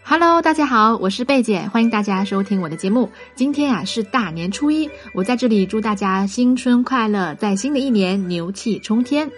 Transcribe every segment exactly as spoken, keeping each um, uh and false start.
Hello， 大家好，我是贝姐，欢迎大家收听我的节目。今天啊是大年初一，我在这里祝大家新春快乐，在新的一年牛气冲天。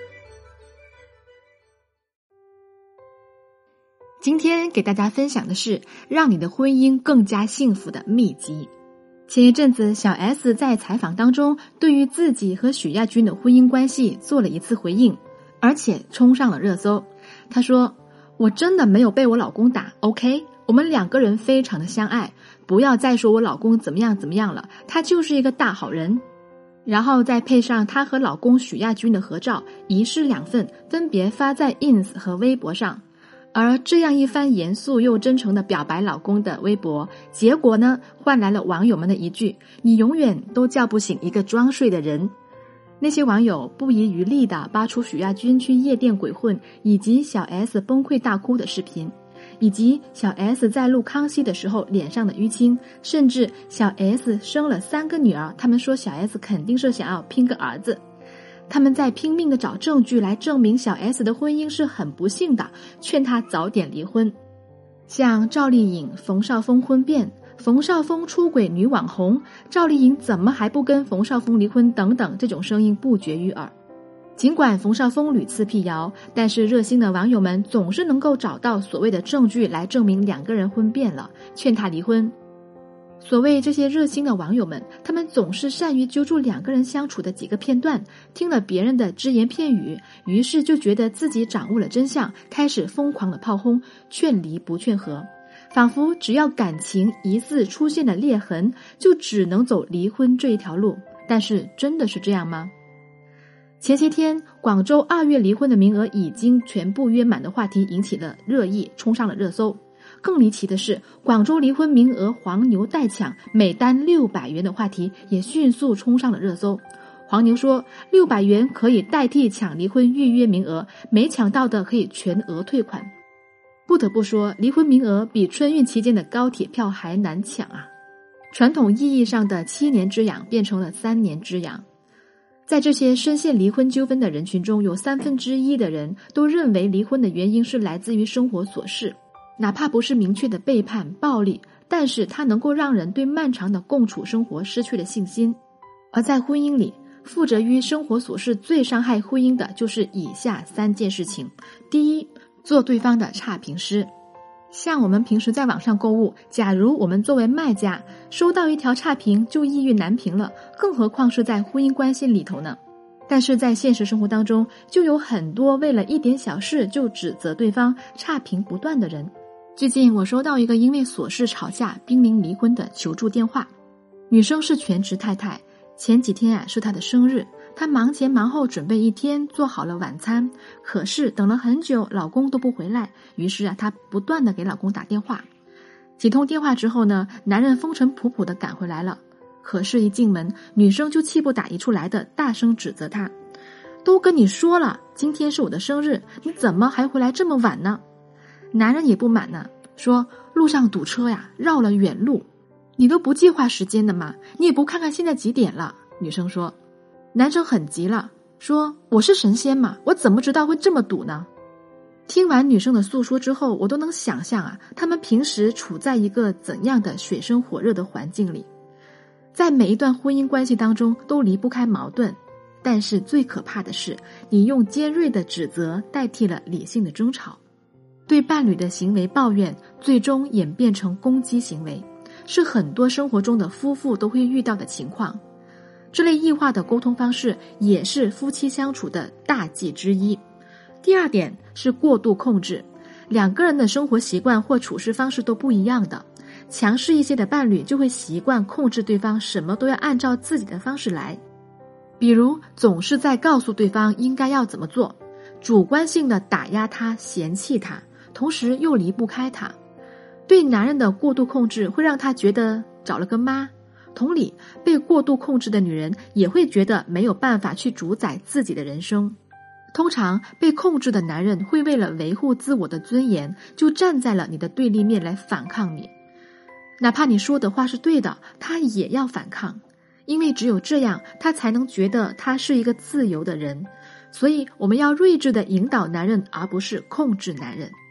今天给大家分享的是让你的婚姻更加幸福的秘籍。前一阵子小 S 在采访当中对于自己和许亚军的婚姻关系做了一次回应，而且冲上了热搜。她说，我真的没有被我老公打 OK， 我们两个人非常的相爱，不要再说我老公怎么样怎么样了，他就是一个大好人。然后再配上她和老公许亚军的合照，一式两份，分别发在 ins 和微博上。而这样一番严肃又真诚的表白老公的微博，结果呢，换来了网友们的一句，你永远都叫不醒一个装睡的人。那些网友不遗余力地扒出许亚军去夜店鬼混，以及小 S 崩溃大哭的视频，以及小 S 在录康熙的时候脸上的淤青，甚至小 S 生了三个女儿，他们说小 S 肯定是想要拼个儿子。他们在拼命地找证据来证明小 S 的婚姻是很不幸的，劝她早点离婚。像赵丽颖、冯绍峰婚变，冯绍峰出轨女网红，赵丽颖怎么还不跟冯绍峰离婚等等，这种声音不绝于耳。尽管冯绍峰屡次辟谣，但是热心的网友们总是能够找到所谓的证据来证明两个人婚变了，劝他离婚。所谓这些热心的网友们，他们总是善于揪住两个人相处的几个片段，听了别人的只言片语，于是就觉得自己掌握了真相，开始疯狂的炮轰，劝离不劝和，仿佛只要感情疑似出现了裂痕，就只能走离婚这一条路。但是真的是这样吗？前些天广州二月离婚的名额已经全部约满的话题引起了热议，冲上了热搜。更离奇的是，广州离婚名额黄牛代抢，每单六百元的话题也迅速冲上了热搜。黄牛说六百元可以代替抢离婚预约名额，没抢到的可以全额退款。不得不说，离婚名额比春运期间的高铁票还难抢啊！传统意义上的七年之痒变成了三年之痒。在这些深陷离婚纠纷的人群中，有三分之一的人都认为离婚的原因是来自于生活琐事，哪怕不是明确的背叛、暴力，但是它能够让人对漫长的共处生活失去了信心。而在婚姻里，负责于生活琐事最伤害婚姻的就是以下三件事情。第一，做对方的差评师。像我们平时在网上购物，假如我们作为卖家收到一条差评就抑郁难平了，更何况是在婚姻关系里头呢？但是在现实生活当中，就有很多为了一点小事就指责对方、差评不断的人。最近我收到一个因为琐事吵架濒临离婚的求助电话，女生是全职太太，前几天啊是她的生日，她忙前忙后准备一天，做好了晚餐，可是等了很久老公都不回来，于是啊她不断的给老公打电话。几通电话之后呢，男人风尘仆仆的赶回来了，可是一进门，女生就气不打一处来的大声指责他，都跟你说了今天是我的生日，你怎么还回来这么晚呢？男人也不满呢，说路上堵车呀，绕了远路，你都不计划时间的吗？你也不看看现在几点了？女生说。男生很急了，说我是神仙吗？我怎么知道会这么堵呢？听完女生的诉说之后，我都能想象啊，他们平时处在一个怎样的水深火热的环境里。在每一段婚姻关系当中都离不开矛盾，但是最可怕的是，你用尖锐的指责代替了理性的争吵。对伴侣的行为抱怨，最终演变成攻击行为，是很多生活中的夫妇都会遇到的情况。这类异化的沟通方式也是夫妻相处的大忌之一。第二点是过度控制，两个人的生活习惯或处事方式都不一样的，强势一些的伴侣就会习惯控制对方，什么都要按照自己的方式来，比如总是在告诉对方应该要怎么做，主观性的打压他、嫌弃他，同时又离不开他。对男人的过度控制会让他觉得找了个妈，同理，被过度控制的女人也会觉得没有办法去主宰自己的人生。通常被控制的男人会为了维护自我的尊严，就站在了你的对立面来反抗你，哪怕你说的话是对的，他也要反抗，因为只有这样他才能觉得他是一个自由的人。所以我们要睿智地引导男人，而不是控制男人。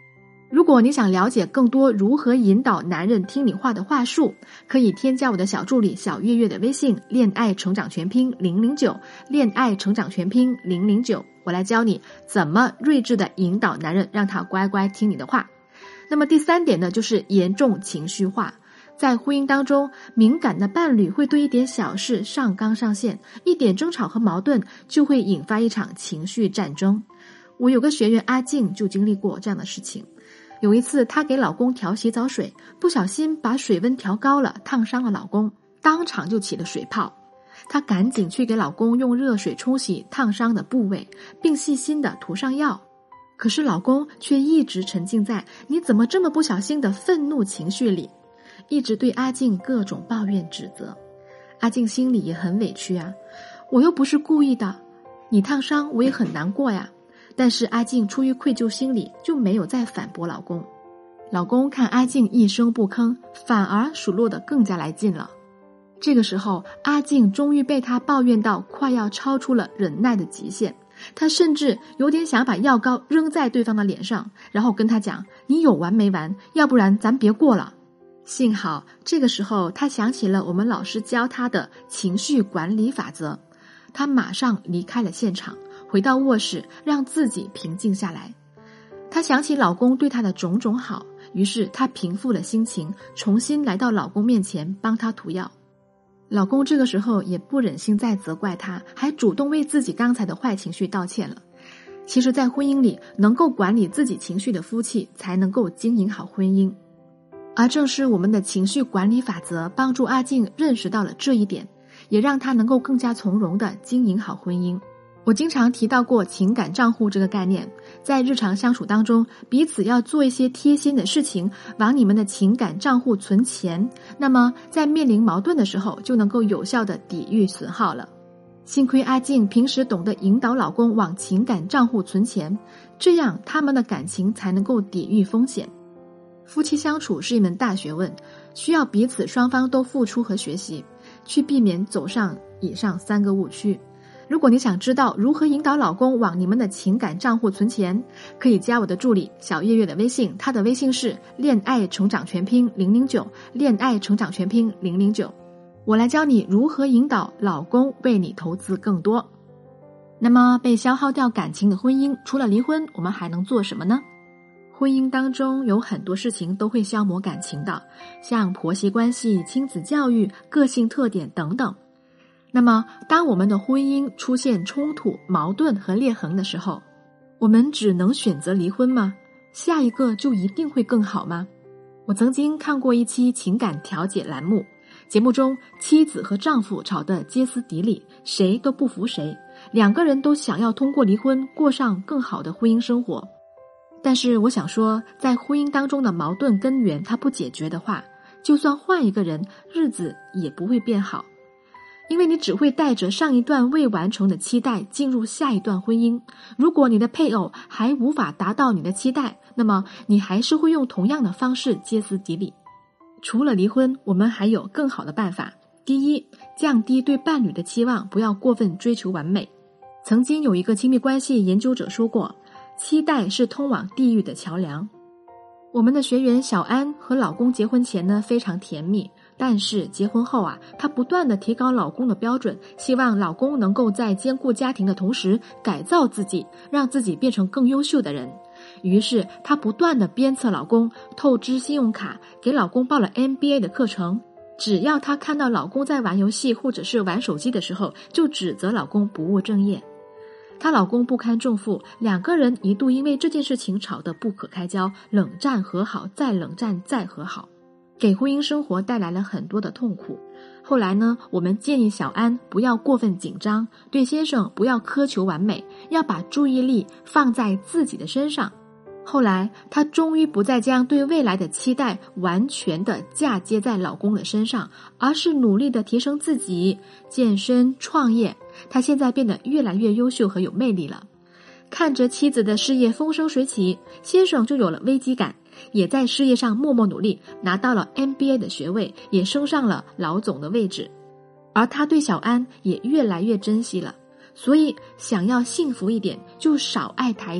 如果你想了解更多如何引导男人听你话的话术，可以添加我的小助理小月月的微信，恋爱成长全拼零零九，恋爱成长全拼零零九，我来教你怎么睿智的引导男人，让他乖乖听你的话。那么第三点呢，就是严重情绪化。在婚姻当中，敏感的伴侣会对一点小事上纲上线，一点争吵和矛盾就会引发一场情绪战争。我有个学员阿静就经历过这样的事情。有一次她给老公调洗澡水，不小心把水温调高了，烫伤了老公，当场就起了水泡。她赶紧去给老公用热水冲洗烫伤的部位，并细心地涂上药。可是老公却一直沉浸在你怎么这么不小心的愤怒情绪里，一直对阿静各种抱怨指责。阿静心里也很委屈啊，我又不是故意的，你烫伤我也很难过呀。但是阿静出于愧疚心理，就没有再反驳老公。老公看阿静一声不吭，反而数落得更加来劲了。这个时候，阿静终于被他抱怨到快要超出了忍耐的极限，他甚至有点想把药膏扔在对方的脸上，然后跟他讲，你有完没完，要不然咱别过了。幸好这个时候他想起了我们老师教他的情绪管理法则，他马上离开了现场，回到卧室，让自己平静下来。她想起老公对她的种种好，于是她平复了心情，重新来到老公面前帮他涂药。老公这个时候也不忍心再责怪她，还主动为自己刚才的坏情绪道歉了。其实在婚姻里，能够管理自己情绪的夫妻才能够经营好婚姻。而正是我们的情绪管理法则帮助阿静认识到了这一点，也让她能够更加从容地经营好婚姻。我经常提到过情感账户这个概念，在日常相处当中，彼此要做一些贴心的事情，往你们的情感账户存钱，那么在面临矛盾的时候，就能够有效的抵御损耗了。幸亏阿静平时懂得引导老公往情感账户存钱，这样他们的感情才能够抵御风险。夫妻相处是一门大学问，需要彼此双方都付出和学习，去避免走上以上三个误区。如果你想知道如何引导老公往你们的情感账户存钱，可以加我的助理小月月的微信，她的微信是恋爱成长全拼零零九，恋爱成长全拼零零九，我来教你如何引导老公为你投资更多。那么被消耗掉感情的婚姻，除了离婚，我们还能做什么呢？婚姻当中有很多事情都会消磨感情的，像婆媳关系、亲子教育、个性特点等等。那么当我们的婚姻出现冲突、矛盾和裂痕的时候，我们只能选择离婚吗？下一个就一定会更好吗？我曾经看过一期情感调解栏目，节目中妻子和丈夫吵得歇斯底里，谁都不服谁，两个人都想要通过离婚过上更好的婚姻生活。但是我想说，在婚姻当中的矛盾根源它不解决的话，就算换一个人，日子也不会变好。因为你只会带着上一段未完成的期待进入下一段婚姻，如果你的配偶还无法达到你的期待，那么你还是会用同样的方式歇斯底里。除了离婚，我们还有更好的办法。第一，降低对伴侣的期望，不要过分追求完美。曾经有一个亲密关系研究者说过，期待是通往地狱的桥梁。我们的学员小安和老公结婚前呢非常甜蜜，但是结婚后啊，她不断地提高老公的标准，希望老公能够在兼顾家庭的同时改造自己，让自己变成更优秀的人。于是她不断地鞭策老公，透支信用卡，给老公报了 M B A 的课程。只要她看到老公在玩游戏或者是玩手机的时候，就指责老公不务正业。她老公不堪重负，两个人一度因为这件事情吵得不可开交，冷战和好，再冷战再和好，给婚姻生活带来了很多的痛苦。后来呢，我们建议小安不要过分紧张，对先生不要苛求完美，要把注意力放在自己的身上。后来她终于不再将对未来的期待完全的嫁接在老公的身上，而是努力的提升自己，健身创业。她现在变得越来越优秀和有魅力了。看着妻子的事业风生水起，先生就有了危机感，也在事业上默默努力，拿到了 M B A 的学位，也升上了老总的位置。而他对小安也越来越珍惜了。所以想要幸福一点，就少爱他一点，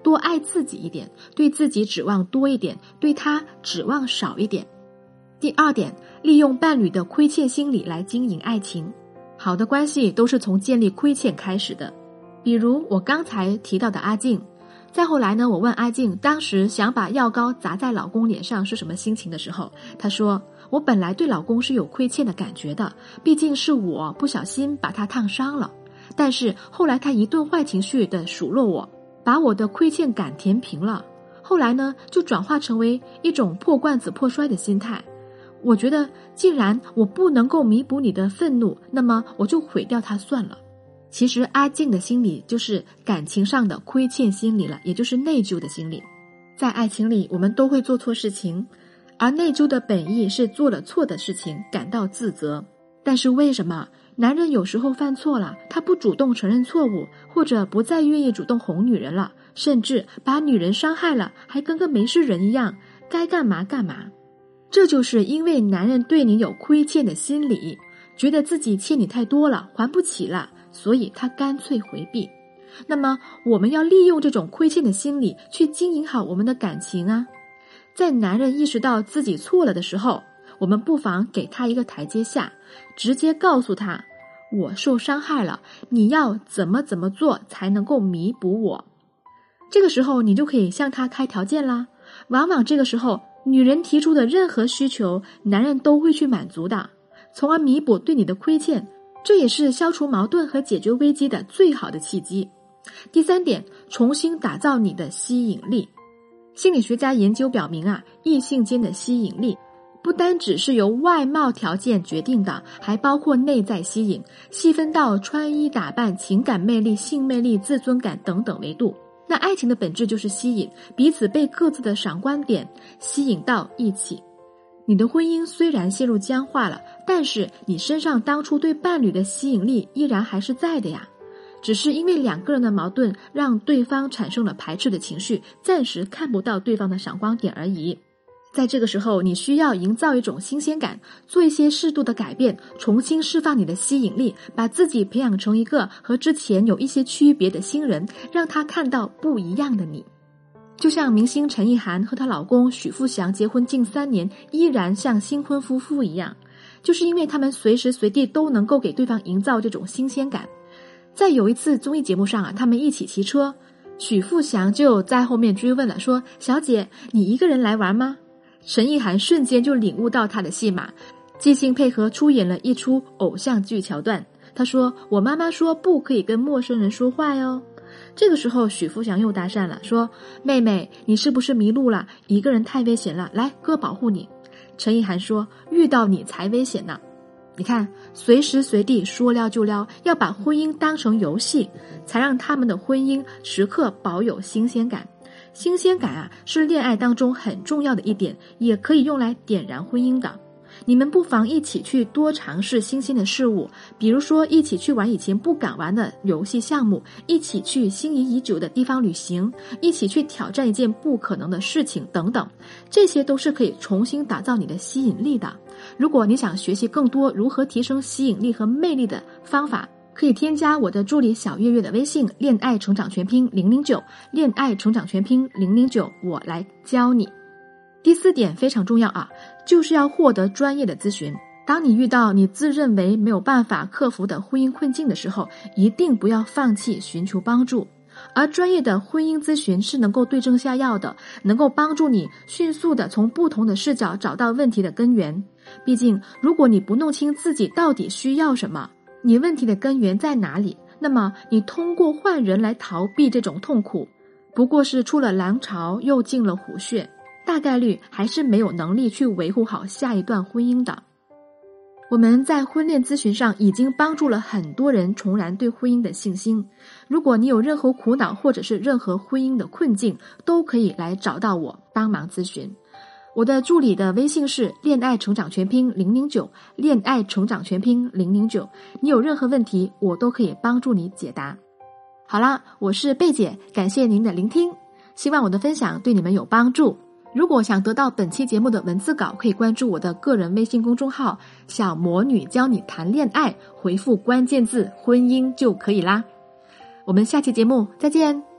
多爱自己一点，对自己指望多一点，对他指望少一点。第二点，利用伴侣的亏欠心理来经营爱情。好的关系都是从建立亏欠开始的。比如我刚才提到的阿静，再后来呢，我问阿静当时想把药膏砸在老公脸上是什么心情的时候，她说我本来对老公是有亏欠的感觉的，毕竟是我不小心把他烫伤了，但是后来他一顿坏情绪的数落我，把我的亏欠感填平了，后来呢就转化成为一种破罐子破摔的心态。我觉得既然我不能够弥补你的愤怒，那么我就毁掉它算了。其实阿静的心理就是感情上的亏欠心理了，也就是内疚的心理。在爱情里我们都会做错事情，而内疚的本意是做了错的事情感到自责。但是为什么男人有时候犯错了，他不主动承认错误，或者不再愿意主动哄女人了，甚至把女人伤害了，还跟个没事人一样，该干嘛干嘛。这就是因为男人对你有亏欠的心理，觉得自己欠你太多了，还不起了，所以他干脆回避。那么我们要利用这种亏欠的心理去经营好我们的感情啊。在男人意识到自己错了的时候，我们不妨给他一个台阶下，直接告诉他，我受伤害了，你要怎么怎么做才能够弥补我。这个时候你就可以向他开条件啦。往往这个时候女人提出的任何需求，男人都会去满足的，从而弥补对你的亏欠，这也是消除矛盾和解决危机的最好的契机。第三点，重新打造你的吸引力。心理学家研究表明啊，异性间的吸引力不单只是由外貌条件决定的，还包括内在吸引，细分到穿衣打扮、情感魅力、性魅力、自尊感等等维度。那爱情的本质就是吸引，彼此被各自的闪光点吸引到一起。你的婚姻虽然陷入僵化了，但是你身上当初对伴侣的吸引力依然还是在的呀，只是因为两个人的矛盾让对方产生了排斥的情绪，暂时看不到对方的闪光点而已。在这个时候，你需要营造一种新鲜感，做一些适度的改变，重新释放你的吸引力，把自己培养成一个和之前有一些区别的新人，让他看到不一样的你。就像明星陈意涵和她老公许富祥结婚近三年，依然像新婚夫妇一样，就是因为他们随时随地都能够给对方营造这种新鲜感。在有一次综艺节目上啊，他们一起骑车，许富祥就在后面追问了，说：小姐，你一个人来玩吗？陈意涵瞬间就领悟到他的戏码，即兴配合出演了一出偶像剧桥段。他说：我妈妈说不可以跟陌生人说话哟。这个时候许富祥又搭讪了，说：妹妹，你是不是迷路了？一个人太危险了，来，哥保护你。陈意涵说：遇到你才危险呢。你看，随时随地说撩就撩，要把婚姻当成游戏，才让他们的婚姻时刻保有新鲜感。新鲜感啊，是恋爱当中很重要的一点，也可以用来点燃婚姻的。你们不妨一起去多尝试新鲜的事物，比如说一起去玩以前不敢玩的游戏项目，一起去心仪已久的地方旅行，一起去挑战一件不可能的事情等等，这些都是可以重新打造你的吸引力的。如果你想学习更多如何提升吸引力和魅力的方法，可以添加我的助理小月月的微信，恋爱成长全拼零零九，恋爱成长全拼零零九，我来教你。第四点非常重要啊，就是要获得专业的咨询。当你遇到你自认为没有办法克服的婚姻困境的时候，一定不要放弃寻求帮助。而专业的婚姻咨询是能够对症下药的，能够帮助你迅速的从不同的视角找到问题的根源。毕竟如果你不弄清自己到底需要什么，你问题的根源在哪里，那么你通过换人来逃避这种痛苦，不过是出了狼巢又进了虎穴，大概率还是没有能力去维护好下一段婚姻的。我们在婚恋咨询上已经帮助了很多人重燃对婚姻的信心。如果你有任何苦恼或者是任何婚姻的困境，都可以来找到我帮忙咨询。我的助理的微信是恋爱成长全拼零零九，恋爱成长全拼零零九，你有任何问题，我都可以帮助你解答。好啦，我是贝姐，感谢您的聆听，希望我的分享对你们有帮助。如果想得到本期节目的文字稿，可以关注我的个人微信公众号小魔女教你谈恋爱，回复关键字婚姻就可以啦。我们下期节目再见。